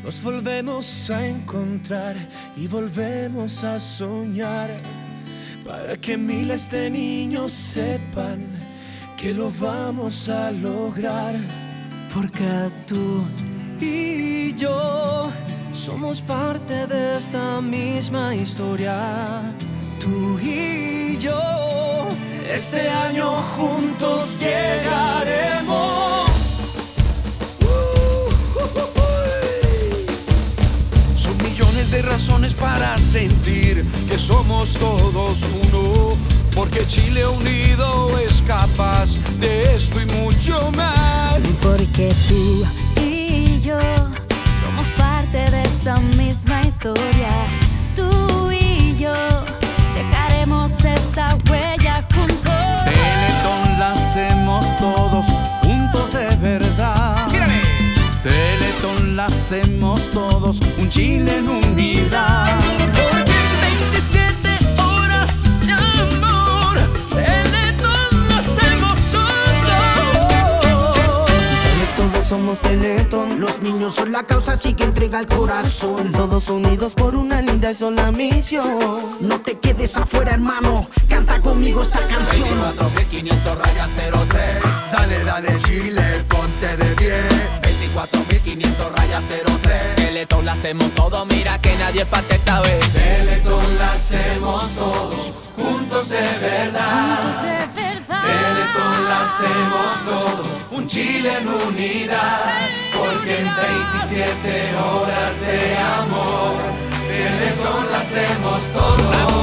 Nos volvemos a encontrar y volvemos a soñar, para que miles de niños sepan que lo vamos a lograr. Porque tú y yo somos parte de esta misma historia. Tú y yo este año juntos llegaremos. Son millones de razones para sentir que somos todos uno, porque Chile unido es capaz de esto y mucho más. Porque tú y yo somos parte de esta misma historia. Tú y yo dejaremos esta huella juntos. Teletón la hacemos todos juntos de verdad. ¡Mírame! Teletón la hacemos todos, un Chile en unidad. Porque en 27 horas de amor, Teletón la hacemos todos. sabes, todos somos Teletón. Los niños son la causa, así que entrega el corazón. Todos unidos por una linda y sola misión. No te quedes afuera, hermano, canta conmigo esta canción. 24.500 raya 03. Dale, dale Chile, ponte de pie. 24.500 raya 03. Teletón la hacemos todo, mira que nadie falte esta vez. Teletón la hacemos todos, juntos de verdad. Teletón la hacemos todos, un Chile en unidad. Porque en 27 horas de amor, Teletón la hacemos todos.